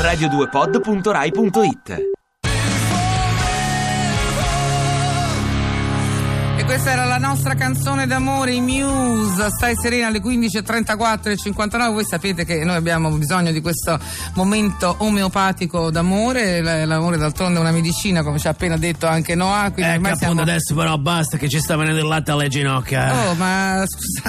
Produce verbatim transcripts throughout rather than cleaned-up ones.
radio due pod punto rai punto it. Questa era la nostra canzone d'amore, i Muse. Stai serena alle quindici e trentaquattro e cinquantanove. Voi sapete che noi abbiamo bisogno di questo momento omeopatico d'amore. L'amore d'altronde è una medicina, come ci ha appena detto anche Noah. Ecco appunto siamo... adesso però basta che ci sta venendo il latte alle ginocchia. Oh, ma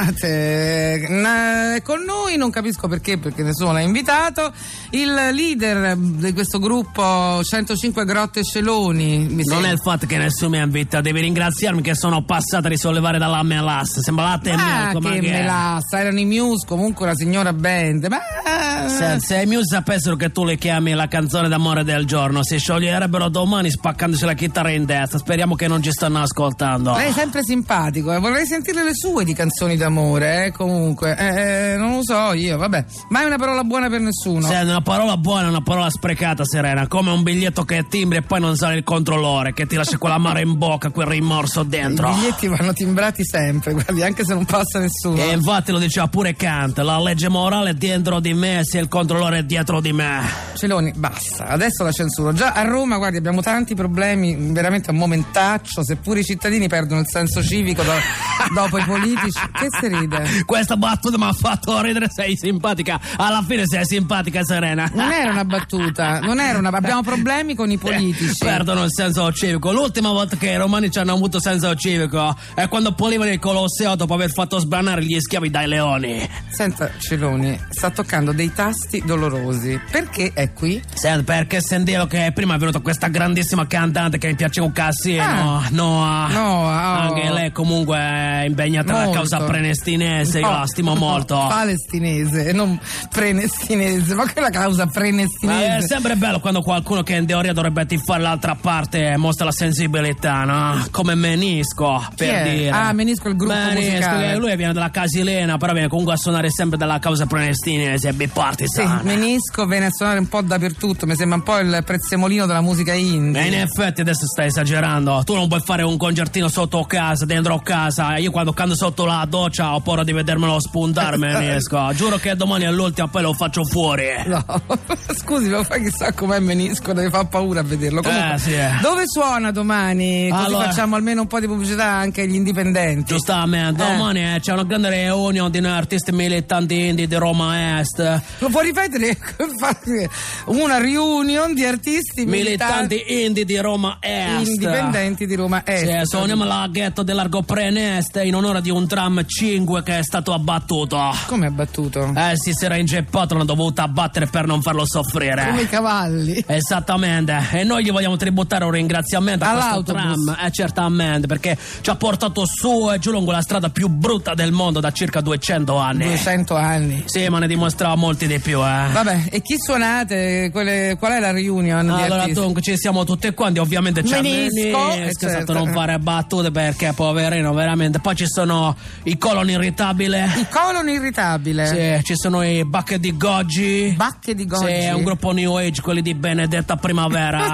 scusate, n- con noi non capisco perché, perché nessuno l'ha invitato. Il leader di questo gruppo centocinque Grotte Celoni. Mi non sembra. è il fatto che nessuno mi invita, devi ringraziarmi che sono passata a risollevare dalla Melas. Sembra latte e Ah, milk, ma che che melassa, erano i Muse, comunque una signora band. Ma Se, se i Muse sapessero che tu le chiami la canzone d'amore del giorno, si scioglierebbero domani spaccandosi la chitarra in testa. Speriamo che non ci stanno ascoltando. lei è sempre simpatico, eh. Vorrei sentire le sue di canzoni d'amore, eh, comunque. Eh, non lo so io, vabbè. Mai una parola buona per nessuno. Se è una parola buona, una parola sprecata, Serena. Come un biglietto che timbri e poi non sale il controllore, che ti lascia quell'amaro in bocca, quel rimorso dentro. I biglietti vanno timbrati sempre, guardi, anche se non passa nessuno. E infatti lo diceva pure Kant, la legge morale è dentro di me se il controllore è dietro di me. Celoni, basta, adesso la censuro. Già a Roma, guardi, abbiamo tanti problemi, veramente un momentaccio, seppure i cittadini perdono il senso civico do, dopo i politici. Che si ride? Questa battuta mi ha fatto ridere, sei simpatica. Alla fine sei simpatica, Serena. Non era una battuta, non era una... abbiamo problemi con i politici. Perdono il senso civico. L'ultima volta che i romani ci hanno avuto senso civico è quando polivano il Colosseo dopo aver fatto sbranare gli schiavi dai leoni. Senta, Celoni, sta toccando dei tasti dolorosi. Perché è qui? Senti, perché sentivo che prima è venuta questa grandissima cantante che mi piaceva un casino. Ah. Noah. Noah, oh. Anche lei comunque è impegnata nella Molto. causa prenestinese. Io No, la stimo molto. Palestinese, non prenestinese. Ma che è la causa Ma prenestinese? è sempre bello quando qualcuno che in teoria dovrebbe tifare l'altra parte mostra la sensibilità, no? Come Menisco, Chi per è? dire. Ah, Menisco è il gruppo Menisco, musicale. che lui viene dalla Casilena, però viene comunque a suonare sempre dalla causa prenestinese, Sì, bipartisan. Menisco viene a suonare un po' dappertutto, mi sembra un po' il prezzemolino della musica indie. E in effetti adesso stai esagerando. Tu non puoi fare un concertino sotto casa, dentro casa. Io quando canto sotto la doccia ho paura di vedermelo spuntare, Menisco. Giuro che domani è l'ultima, poi lo faccio fuori. No, scusi, ma fa chissà com'è Menisco, deve far paura a vederlo. Comunque, Eh, sì, eh. dove suona domani? Così Allora- facciamo almeno un po' di pubblicità anche agli indipendenti. Giustamente, Eh. domani eh, c'è una grande riunione di noi artisti militanti indie di Roma Est. Lo può ripetere? Una reunion di artisti militanti, Militanti indie di Roma Est. indipendenti di Roma Est. Sì, suoniamo la ghetto dell'Argo Preneste in onore di un tram cinque che è stato abbattuto. Come ha battuto? Eh sì, si era inceppato, l'hanno dovuto abbattere per non farlo soffrire. Come i cavalli. Esattamente, e noi gli vogliamo tributare un ringraziamento a questo All'autobus. tram, eh, certamente, perché ci ha portato su e giù lungo la strada più brutta del mondo da circa duecento anni. duecento anni. Sì, ma ne dimostrava molti di più, eh. Vabbè, e chi suonate? Quelle- qual è la reunion di Allora artisti? dunque ci siamo tutti quanti, ovviamente c'è Menisco, Menisco, eh, esatto, certo. non fare battute perché poverino veramente. Poi ci sono i Colon Irritabile. Il colon irritabile. Sì, ci sono i Bacche di Goggi. Bacche di Goggi. Sì, è un gruppo New Age, quelli di Benedetta Primavera.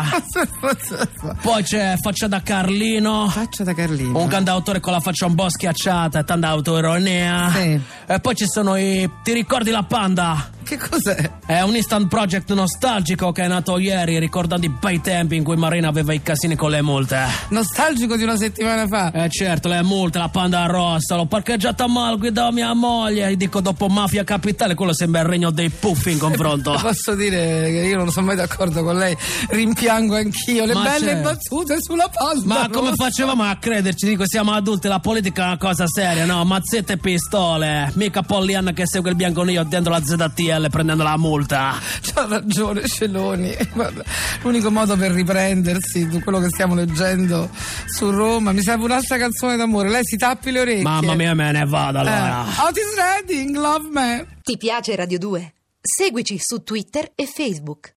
Poi c'è Faccia da Carlino, Faccia da Carlino. un cantautore con la faccia un po' schiacciata e tanta autoironia. Sì. E poi ci sono i Ti ricordi la Panda? Che cos'è? È un instant project nostalgico che è nato ieri, ricordando i bei tempi in cui Marina aveva i casini con le multe. Nostalgico di una settimana fa. Eh certo, le multe, la Panda rossa, l'ho parcheggiata male, guidavo mia moglie. E dico, dopo Mafia Capitale, quello sembra il regno dei puffi in confronto. Posso dire che io non sono mai d'accordo con lei, rimpiango anch'io le Ma belle c'è. battute sulla palla. Ma come rossa. facevamo a crederci? Dico, siamo adulti, la politica è una cosa seria, no? Mazzette e pistole. Mica Pollyanna che segue il bianconiglio dentro la Z T L prendendo la multa. C'ha ragione Celoni. Guarda, l'unico modo per riprendersi di quello che stiamo leggendo su Roma, mi serve un'altra canzone d'amore. Lei si tappi le orecchie. Mamma mia, me ne vado allora. Eh. Otis Redding, Love Man. Ti piace Radio due? Seguici su Twitter e Facebook.